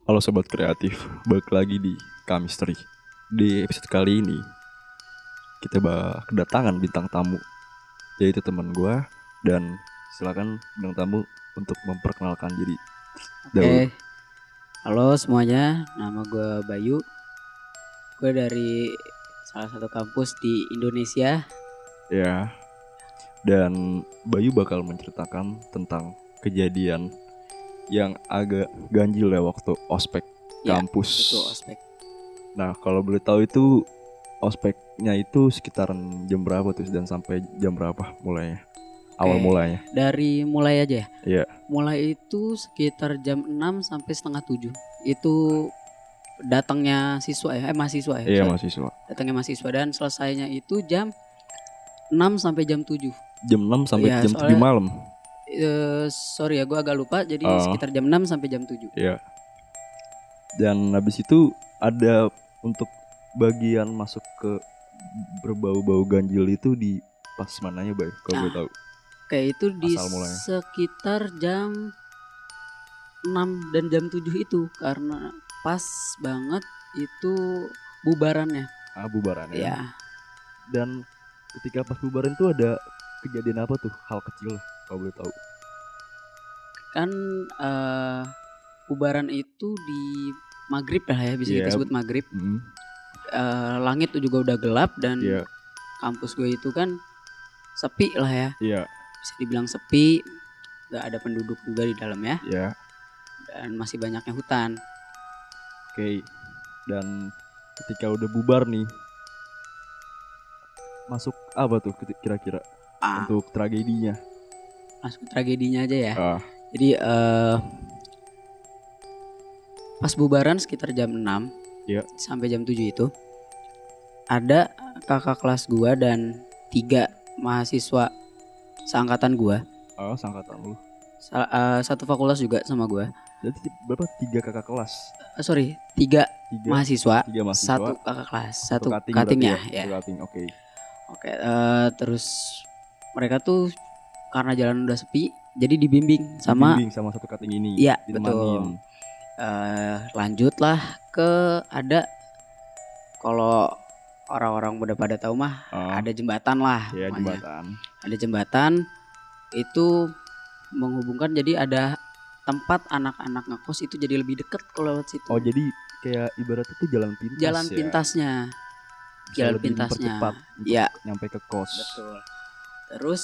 Halo Sobat Kreatif, balik lagi di Kamistri. Di episode kali ini, kita kedatangan bintang tamu, yaitu teman gue. Dan silakan bintang tamu untuk memperkenalkan diri dahulu. Halo semuanya, nama gue Bayu. Gue dari salah satu kampus di Indonesia. Ya, dan Bayu bakal menceritakan tentang kejadian yang agak ganjil ya waktu ospek kampus. Itu ospek. Nah, kalau boleh tahu itu ospeknya itu sekitaran jam berapa tuh dan sampai jam berapa mulainya? Awal mulainya. Dari mulai aja ya? Iya. Mulai itu sekitar jam 6 sampai setengah 7. Itu datangnya siswa ya, mahasiswa ya? Iya, mahasiswa. Datangnya mahasiswa dan selesainya itu jam 6 sampai jam 7. Jam 6 sampai jam 7 malam. Sorry ya, gue agak lupa. Jadi sekitar jam 6 sampai jam 7. Iya. Dan habis itu ada untuk bagian masuk ke berbau-bau ganjil itu di pas mananya, Bay? Kalau gue tahu. Kayak itu di sekitar jam 6 dan jam 7 itu, karena pas banget itu bubarannya. Bubarannya. Ya. Dan ketika pas bubaran itu ada kejadian apa tuh? Hal kecil lah, kalau boleh tahu. Kan bubaran itu di maghrib lah ya, bisa kita sebut maghrib. Langit juga udah gelap dan kampus gue itu kan sepi lah ya. Bisa dibilang sepi, gak ada penduduk juga di dalam ya. Dan masih banyaknya hutan. Oke. Dan ketika udah bubar nih, masuk apa tuh kira-kira untuk tragedinya? Masuk ke tragedinya aja ya. Jadi pas bubaran sekitar jam 6 sampai jam 7 itu, ada kakak kelas gua dan 3 mahasiswa seangkatan gua. Seangkatan lu? Satu fakultas juga sama gua. Jadi berapa? 3 kakak kelas? 3 mahasiswa, 3 mahasiswa, 1 kakak kelas, 1 cuttingnya ya. Oke. Terus mereka tuh karena jalan udah sepi, jadi dibimbing sama satu cutting ini. Iya, betul. Lanjutlah ke ada, kalau orang-orang udah pada tahu mah, ada jembatan lah. Iya, jembatan. Ada jembatan itu menghubungkan, jadi ada tempat anak-anak ngekos itu jadi lebih dekat kalau lewat situ. Oh, jadi kayak ibaratnya tuh jalan pintas. Jalan pintasnya. Ya, nyampe ke kos. Betul. Terus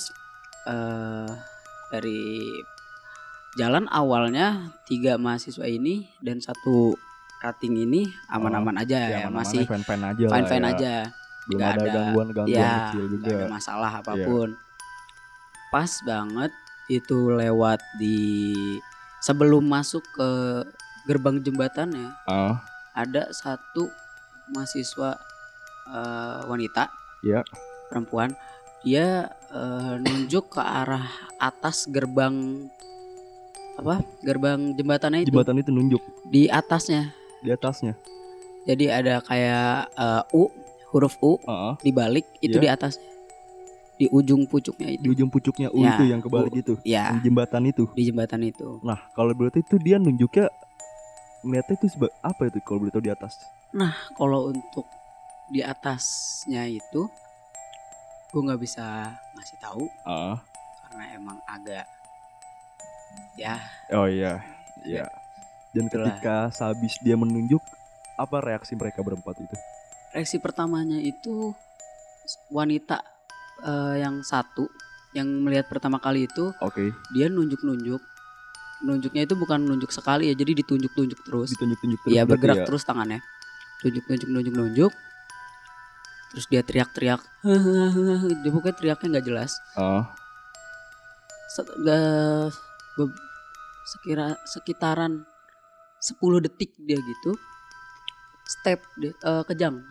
dari jalan awalnya 3 mahasiswa ini dan 1 cutting ini aman-aman aja ya, masih fine-fine aja. Belum ada gangguan kecil juga. Gak ada masalah apapun. Pas banget itu lewat di sebelum masuk ke gerbang jembatannya, ada 1 mahasiswa wanita, perempuan. Dia nunjuk ke arah atas gerbang jembatannya itu. Jembatan itu nunjuk di atasnya. Jadi ada kayak huruf U di balik itu di atas, di ujung pucuknya itu. Di ujung pucuknya U itu yang kebalik itu. Ya. Di jembatan itu. Nah, kalau berarti itu dia nunjuknya ngeliatnya itu apa itu kalau boleh tahu di atas? Nah, kalau untuk di atasnya itu gue nggak bisa ngasih tahu karena emang agak ya. Oh iya. Dan itulah. Ketika sehabis dia menunjuk, apa reaksi mereka berempat itu? Reaksi pertamanya itu wanita yang 1 yang melihat pertama kali itu, dia nunjuknya itu bukan nunjuk sekali ya, jadi ditunjuk terus. Iya, bergerak terus tangannya. Tunjuk. Terus dia teriak-teriak. Dia pokoknya teriaknya nggak jelas. Sekitaran 10 detik dia gitu. Step kejang.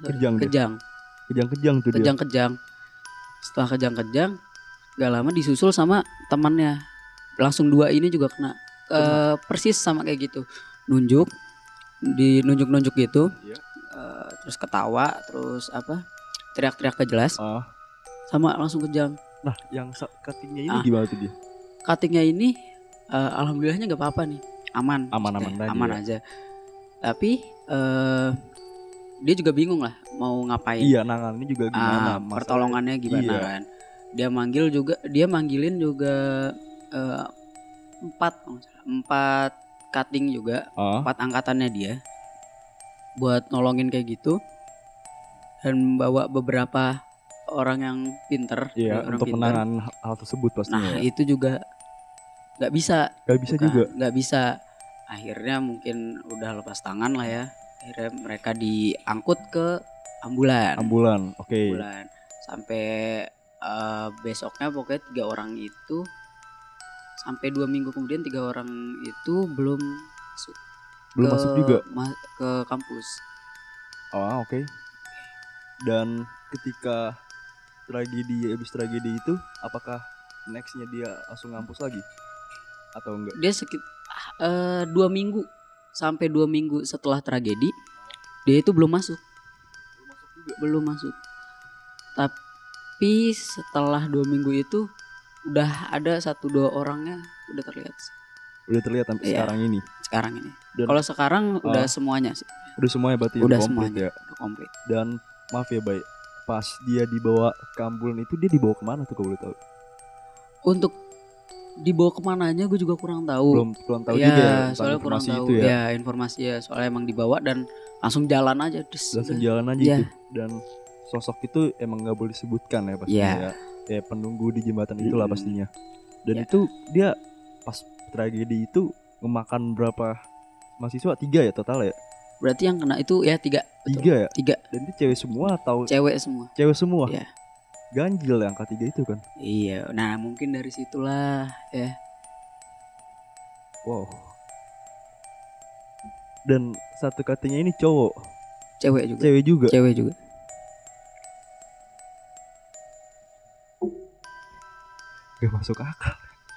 Setelah kejang, gak lama disusul sama temannya. Langsung 2 ini juga kena. Persis sama kayak gitu. Nunjuk gitu. Terus ketawa, terus teriak-teriak gak jelas. Sama langsung kejang. Nah, yang cuttingnya ini gimana tuh dia? Cuttingnya ini alhamdulillahnya gak apa-apa nih. Aman aja. Tapi dia juga bingung lah mau ngapain. Iya, nangannya juga gimana? Pertolongannya gimana kan? Dia manggilin juga 4 cutting juga, 4 angkatannya dia buat nolongin kayak gitu, dan bawa beberapa orang yang pinter. Iya, orang untuk pinter menangan hal tersebut pastinya. Nah itu juga nggak bisa juga. Nggak bisa. Akhirnya mungkin udah lepas tangan lah ya. Akhirnya mereka diangkut ke ambulan. Oke. Ambulan. Sampai besoknya pokoknya 3 orang itu, sampai 2 minggu kemudian 3 orang itu belum masuk juga ke kampus. Oke. Dan ketika habis tragedi itu, apakah nextnya dia langsung ngampus lagi atau enggak? Dia sekitar 2 minggu sampai 2 minggu setelah tragedi dia itu belum masuk juga. Belum masuk. Tapi setelah 2 minggu itu udah ada 1-2 orangnya udah terlihat sampai sekarang ini. Kalau sekarang udah semuanya sih. Udah semuanya berarti udah komplit semuanya, ya. Udah komplit. Dan maaf ya Bay, pas dia dibawa ke ambulan itu dia dibawa kemana tuh kalau boleh tahu? Untuk dibawa kemananya gue juga kurang tahu. Kurang tahu juga ya. Soalnya kurang tahu itu ya. Informasi ya, soalnya emang dibawa dan langsung jalan aja. Jalan aja itu. Dan sosok itu emang nggak boleh disebutkan ya pastinya ya. Kayak penunggu di jembatan itulah pastinya. Dan itu dia pas tragedi itu memakan berapa mahasiswa? 3 ya total ya? Berarti yang kena itu ya 3. 3 ya? 3. Dan itu cewek semua atau? Cewek semua. Cewek semua? Iya. Ganjil yang angka 3 itu kan? Iya. Nah mungkin dari situlah ya. Wow. Dan satu katanya ini cowok. Cewek juga. Gak masuk akal.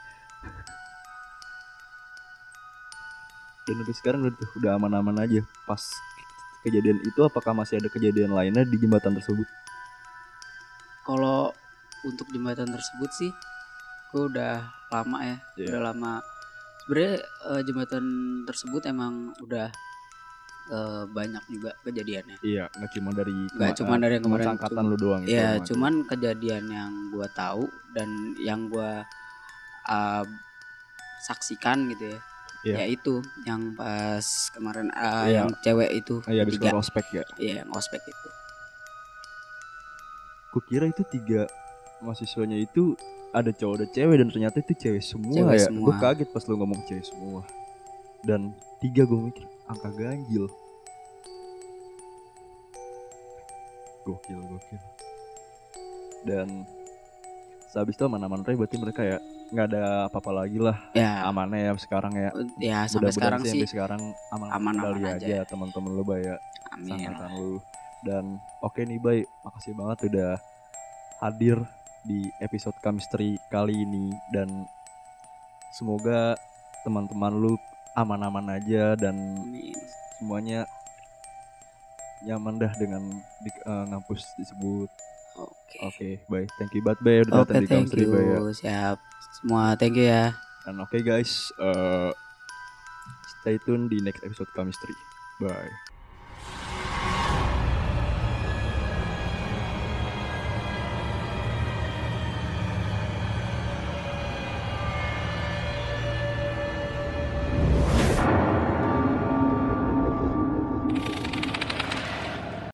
Dan sampai sekarang udah aman-aman aja. Pas kejadian itu apakah masih ada kejadian lainnya di jembatan tersebut? Kalau untuk jembatan tersebut sih gue udah lama ya. Udah lama. Sebenarnya jembatan tersebut emang udah banyak juga kejadiannya. Iya, nggak cuma dari yang kemarin angkatan lu doang. Iya, cuman kejadian yang gue tahu dan yang gue saksikan gitu ya. Ya itu yang pas kemarin yang cewek itu. Iya, habis ospek ya. Iya, yang ospek itu. Kukira itu 3 mahasiswanya itu ada cowok ada cewek, dan ternyata itu cewek semua ya. Gue kaget pas lu ngomong cewek semua. Dan 3 gue mikir angka ganjil. Gokil. Dan sehabis itu aman-aman berarti mereka ya nggak ada apa-apa lagi lah ya. Amannya ya sekarang ya. Ya sampai sekarang sih. Sampai sekarang aman aja teman-teman lu Bay ya. Amin. Sangkatan lu. Dan oke nih Bay, makasih banget udah hadir di episode Chemistry kali ini, dan semoga teman-teman lu aman-aman aja dan semuanya nyaman dah dengan di ngampus tersebut. Oke, bye. Thank you banget Bay udah datang di Chemistry Bay ya. Siap. Semua thank you ya. Dan oke guys, stay tune di next episode Chemistry. Bye.